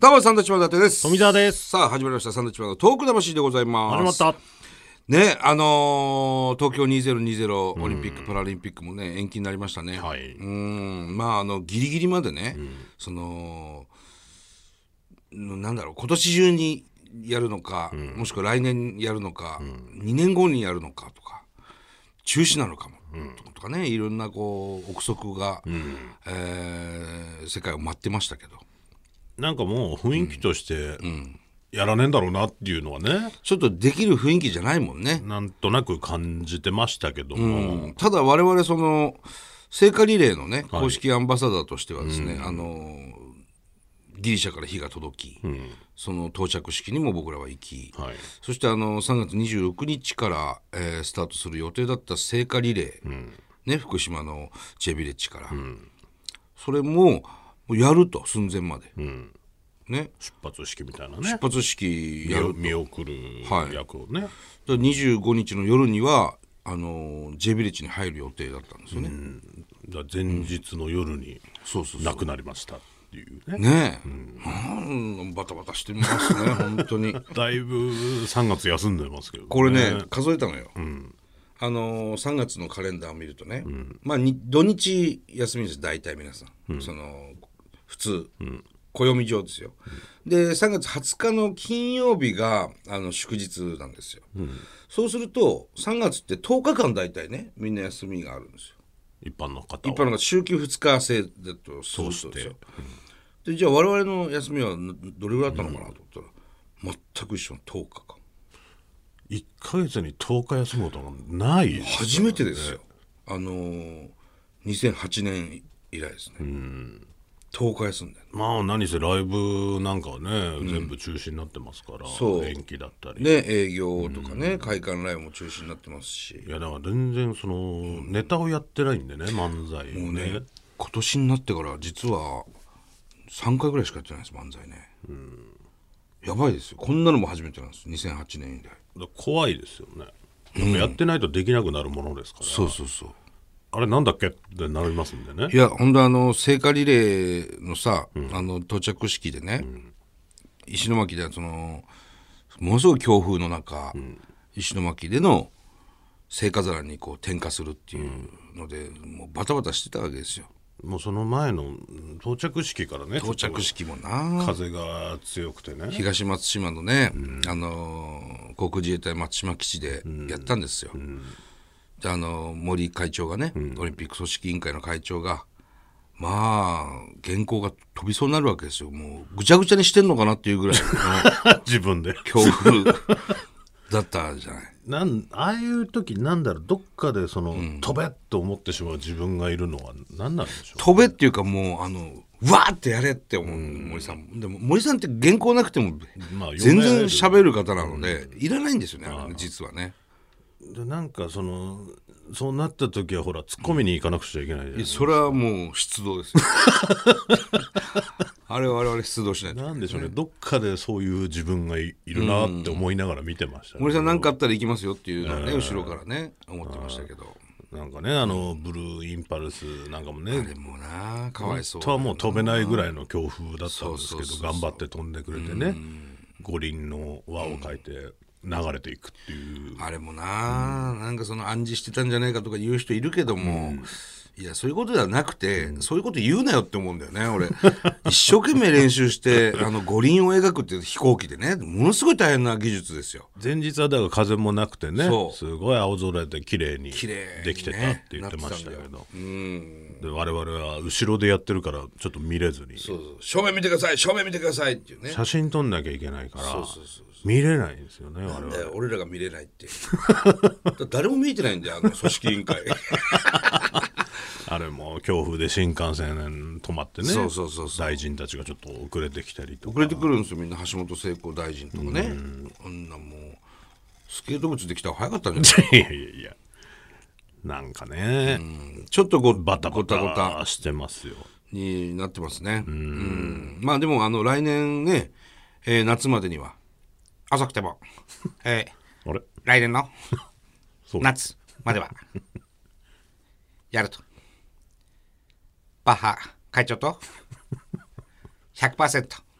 どうもサンドウィッチマン伊達です。 富澤です。 さあ始まりましたサンドウィッチマンのトーク魂でございます。 始まったね。東京2020オリンピック、パラリンピックもね延期になりましたね。 はい。 まあギリギリまでね、そのなんだろう、今年中にやるのか、もしくは来年やるのか、2年後にやるのかとか中止なのかも、とかね、いろんなこう憶測が、世界を待ってましたけど、 なんかもう雰囲気としてやらねえんだろうなっていうのはね、 ちょっとできる雰囲気じゃないもんね。 なんとなく感じてましたけども、 ただ我々その聖火リレーのね公式アンバサダーとしてはですね、ギリシャから火が届き、その到着式にも僕らは行き、 はい、 そして3月26日から、スタートする予定だった聖火リレー、ね、福島のチェビレッジから、それもやると寸前まで、ね、 出発式みたいなね、 出発式やると見送る役をね、 25日の夜にはJ ビレッジに入る予定だったんですよね。 だ前日の夜に亡くなりましたっていうね。 ねえ、バタバタしてますね本当に。 だいぶ3月休んでますけどね。 これね数えたのよ、3月のカレンダーを見るとね、まあ土日休みです大体皆さん、その普通、暦上ですよ、で3月20日の金曜日が祝日なんですよ、そうすると3月って10日間大体ねみんな休みがあるんですよ。 一般の方は一般の方週休2日制だとするとですよ。でじゃあ我々の休みはどれぐらいあったのかなと思ったら、全く一緒の10日間。 1ヶ月に10日休むことがないです、 初めてですよ。2008年以来ですね。10日休んで。 まあ何せライブなんかはね、全部中止になってますから、延期だったりね、営業とかね、会館ライブも中止になってますし。 いやだから全然その、ネタをやってないんでね、漫才をね。 もうね今年になってから実は3回ぐらいしかやってないです漫才ね。やばいですよ。こんなのも初めてなんです2008年以来。 だ怖いですよね。やっぱやってないとできなくなるものですから、 そうそうそう。 あれなんだっけってなりますんでね。 いや本当聖火リレーのさ、到着式でね、石巻ではそのものすごい強風の中、石巻での聖火皿にこう点火するっていうので、もうバタバタしてたわけですよ。 もうその前の到着式からね、 到着式もな風が強くてね、 東松島のね、航空自衛隊松島基地でやったんですよ。で森会長がね、オリンピック組織委員会の会長がまあ原稿が飛びそうになるわけですよ。もうぐちゃぐちゃにしてんのかなっていうぐらいの自分で強風だったじゃない。 ああいう時なんだろう、どっかでその、飛べと思ってしまう自分がいるのは何なんでしょう。 飛べっていうかもうわーってやれって思う、森さん。でも森さんって原稿なくても全然喋る方なので、いらないんですよね、あれね実はね。 でなんかそうなった時はほら突っ込みに行かなくちゃいけないじゃないですか。 それはもう出動ですよあれは我々出動しないと、 なんでしょうね、どっかでそういう自分がいるなって思いながら見てました、ね。 森さん何かあったら行きますよっていうのはね、後ろからね思ってましたけど、 なんかねブルーインパルスなんかもね、 あれもなかわいそう。 本当はもう飛べないぐらいの強風だったんですけど、頑張って飛んでくれてね、五輪の輪を描いて流れていくっていう、 あれもなんかその暗示してたんじゃないかとか言う人いるけども、いやそういうことではなくて、そういうこと言うなよって思うんだよね俺一生懸命練習して五輪を描くっていう飛行機でね、ものすごい大変な技術ですよ。 前日はだから風もなくてね、 そうすごい青空で綺麗にできてたって言ってましたけど、で我々は後ろでやってるからちょっと見れずに、 そう正面見てください正面見てくださいっていうね、 写真撮んなきゃいけないから見れないんですよね、我々。 俺らが見れないって誰も見えてないんだよ組織委員会あれも強風で新幹線止まってね、 そう大臣たちがちょっと遅れてきたりとか、 遅れてくるんですよみんな。橋本聖子大臣とかね、あんなもうスケート靴できたら早かったんじゃないいやなんかね、 ちょっとバタバタしてますよになってますね。まあでも来年ね、夏までには遅くても、 あれ来年の夏まではやるとバッハ会長と 100%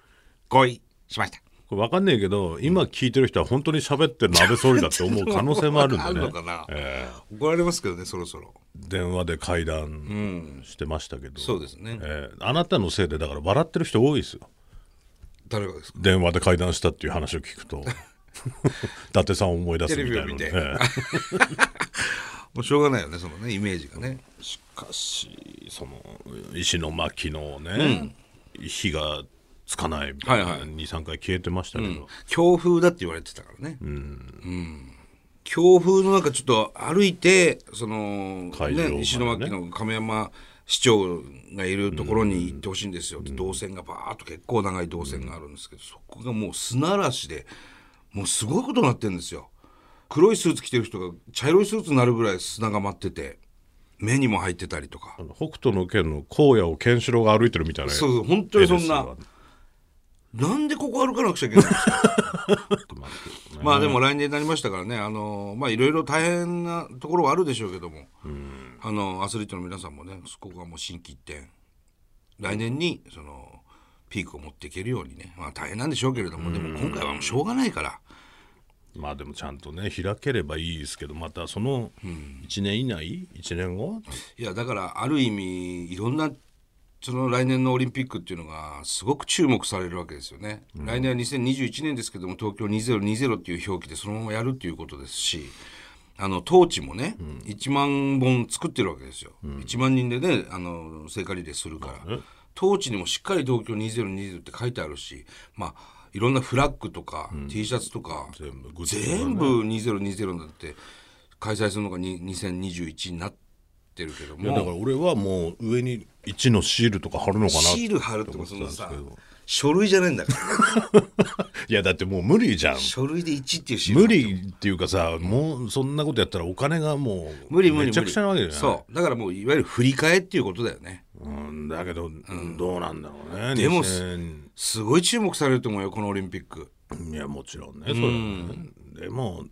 恋しました。 これ分かんねえけど、今聞いてる人は本当に喋ってるの安倍総理だって思う可能性もあるんでね。 あるのかな、怒られますけどね、そろそろ。 電話で会談してましたけど、 そうですね、 あなたのせいでだから笑ってる人多いですよ。 誰がですか？ 電話で会談したっていう話を聞くと伊達さんを思い出すみたいなのテレビを見てもうしょうがないよね、そのねイメージがね。 しかしその石巻のね、火がつかないみたいな、23回消えてましたけど、 強風だって言われてたからね、強風の中ちょっと歩いてその、石巻の亀山市長がいるところに行ってほしいんですよって、動線がバーッと結構長い動線があるんですけど、そこがもう砂嵐でもうすごいことになってるんですよ。黒いスーツ着てる人が茶色いスーツになるぐらい砂が舞ってて、目にも入ってたりとか、 北斗の拳の荒野をケンシロウが歩いてるみたいな。 そう本当にそんな、なんでここ歩かなくちゃいけないんですかまあでも来年になりましたからね、まあいろいろ大変なところはあるでしょうけども、アスリートの皆さんもね、そこがもう心機一転、来年にそのピークを持っていけるようにね、まあ大変なんでしょうけれども、でも今回はもうしょうがないから。 まあでもちゃんとね開ければいいですけど、またその1年以内、1年後、 いやだからある意味いろんなその来年のオリンピックっていうのがすごく注目されるわけですよね、来年は2021年ですけども、東京2020っていう表記でそのままやるっていうことですし、トーチもね、1万本作ってるわけですよ、1万人でね聖火リレーするから、トーチにもしっかり東京2020って書いてあるし、まあいろんなフラッグとか、T シャツとか全部2020だって開催するのが2021になってるけども、 いやだから俺はもう上に1のシールとか貼るのかなシール貼るってもそのさ書類じゃないんだからいやだってもう無理じゃん、 書類で1っていうシール無理っていうかさ、もうそんなことやったらお金がもうめちゃくちゃなわけじゃない。 そうだからもういわゆる振り替えっていうことだよね、 だけど、どうなんだろうね。 でもすごい注目されると思うよこのオリンピック。 いやもちろんね、そうだね。でも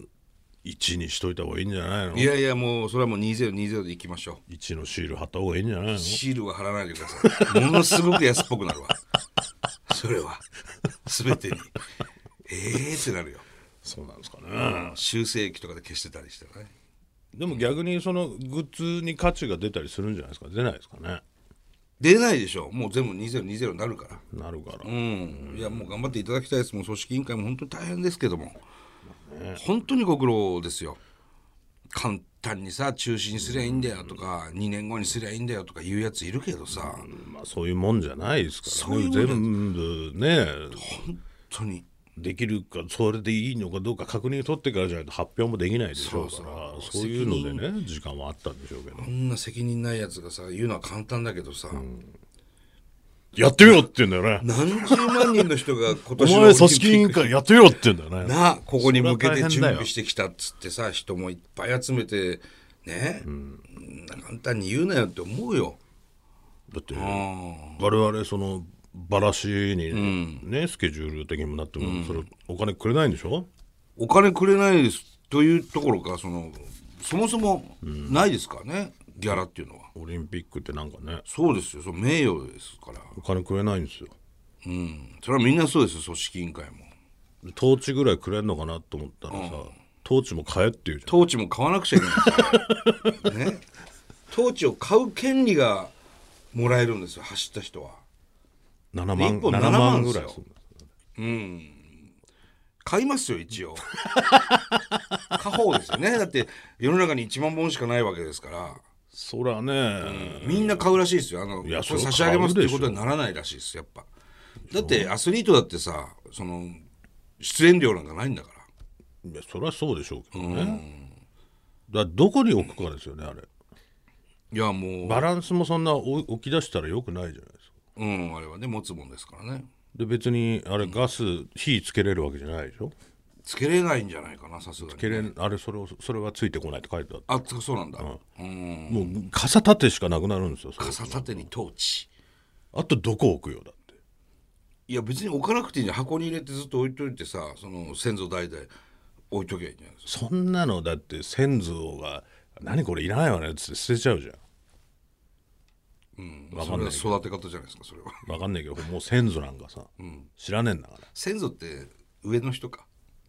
1にしといた方がいいんじゃないの。 いやいやもうそれはもう2020でいきましょう。 1のシール貼った方がいいんじゃないの。 シールは貼らないでくださいものすごく安っぽくなるわそれは全てにってなるよ。 そうなんですかね、 修正液とかで消してたりしてね。 でも逆にそのグッズに価値が出たりするんじゃないですか。出ないですかね。 出ないでしょ、もう全部2020になるから。 なるから、 いやもう頑張っていただきたいです。もう組織委員会も本当に大変ですけども、本当にご苦労ですよ。簡単にさ中止にすりゃいいんだよとか、2年後にすりゃいいんだよとか言うやついるけどさ、 まあ、そういうもんじゃないですからね。全部ね本当にできるかそれでいいのかどうか確認取ってからじゃないと発表もできないでしょうから、そういうのでね時間はあったんでしょうけど、 こんな責任ないやつがさ言うのは簡単だけどさ、 やってみろって言うんだよね。 何十万人の人が今年のお前組織委員会やってみろって言うんだよね。 なあここに向けて準備してきたっつってさ、人もいっぱい集めてね、簡単に言うなよって思うよ。 だって我々そのバラシにね、スケジュール的にもなっても、それお金くれないんでしょ。 お金くれないですというところか、そもそもないですからね、ギャラっていうのは。 オリンピックってなんかね、 そうですよ、その名誉ですから。 お金くれないんですよ。 それはみんなそうですよ、組織委員会も。 トーチぐらいくれるのかなと思ったらさ、トーチも買えっていうじゃん。 トーチも買わなくちゃいけないね。トーチを買う権利がもらえるんですよ、走った人は。 7万ぐらいする。 買いますよ一応家宝ですよね。だって世の中に1万本しかないわけですから。 そらね、 みんな買うらしいですよ。これ差し上げますっていうことにならないらしいですやっぱ。だってアスリートだってさ、その出演料なんかないんだから。 いやそりゃそうでしょうけどね、だどこに置くかですよねあれ。 いやもうバランスもそんな置き出したらよくないじゃないですか。 あれはね持つもんですからね。 で別にあれガス火つけれるわけじゃないでしょ。 つけれないんじゃないかな、さすがに、ね。 あれそれはついてこないって書いてあった。 そうなんだ、 もう傘立てしかなくなるんですよ。 傘立てにトーチ、 あとどこ置くよだって。 いや別に置かなくていいんじゃん。箱に入れてずっと置いといてさ、その先祖代々置いときゃいいんじゃないですか。 そんなのだって先祖が何これいらないわねっつって捨てちゃうじゃん。 わかんないけどそれは育て方じゃないですかそれは。 わかんないけどもう先祖なんかさ、知らねえんだから先祖って上の人か。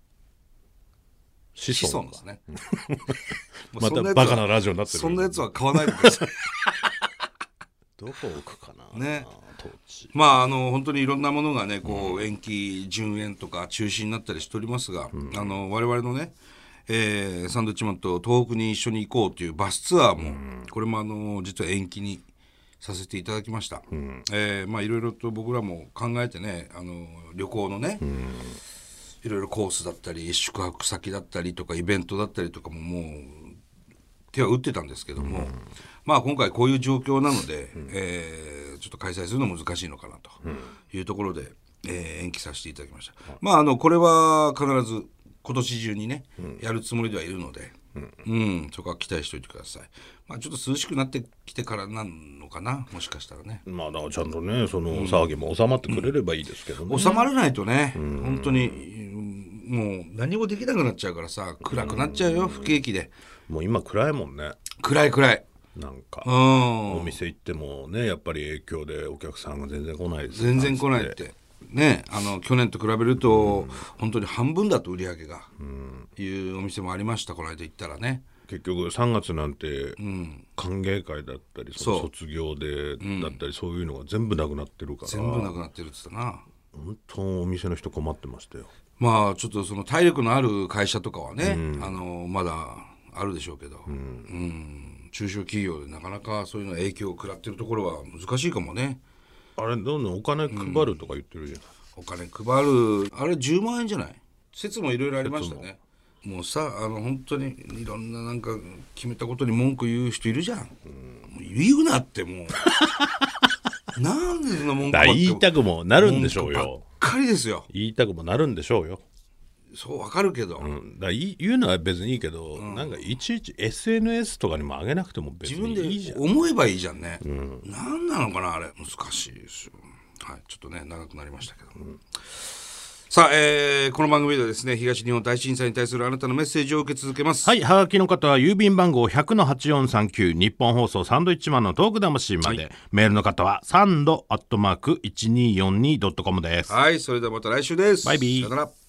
子子孫孫ですね。もうまたそんやつはバカなラジオになってるそんなやつは買わないでください。 どこ置くかなね当時まあ本当にいろんなものがねこう延期順延とか中止になったりしておりますが、我々のね、サンドウィッチマンと東北に一緒に行こうというバスツアーも、これも実は延期にさせていただきました。まあいろいろと僕らも考えてね旅行のね、いろいろコースだったり宿泊先だったりとかイベントだったりとかももう手は打ってたんですけども、まあ今回こういう状況なので、ちょっと開催するの難しいのかなというところで、延期させていただきました。まあこれは必ず今年中にね、やるつもりではいるので、そこは期待しておいてください。まあちょっと涼しくなってきてからなのかな、もしかしたらね。 まあだからちゃんとねその騒ぎも収まってくれればいいですけどね、 収まらないとね、本当にもう何もできなくなっちゃうからさ、暗くなっちゃうよ、不景気で。 もう今暗いもんね。 暗い暗い。 なんかうんお店行ってもねやっぱり影響でお客さんが全然来ないです全然来ないってね、去年と比べると、本当に半分だと売り上げが、いうお店もありました。この間行ったらね。 結局3月なんて歓迎会だったりその卒業でだったりそういうのが全部なくなってるから、 全部なくなってるって言ったな。 本当お店の人困ってましたよ。 まあちょっとその体力のある会社とかはね、まだあるでしょうけど、中小企業でなかなかそういうの影響を食らってるところは難しいかもね。 あれどんどんお金配るとか言ってるじゃん、 お金配るあれ10万円じゃない。説もいろいろありましたね。もうさ本当にいろんななんか決めたことに文句言う人いるじゃん、もう言うなってもうなんでそんな文句ばっかり言いたくもなるんでしょうよ。 ばっかりですよ。 言いたくもなるんでしょうよ。 そうわかるけど、 だ言うのは別にいいけど、なんかいちいち SNS とかにも上げなくても別自分でにいいじゃん。 思えばいいじゃんね、なんなのかなあれ難しいですよ。はい、ちょっとね長くなりましたけど、さあ、この番組ではですね東日本大震災に対するあなたのメッセージを受け続けます。 はい、はがきの方は郵便番号 100-8439 日本放送サンドイッチマンのトーク魂まで、メールの方はサンド@1242.com です。 はい、それではまた来週です。 バイビーさよなら。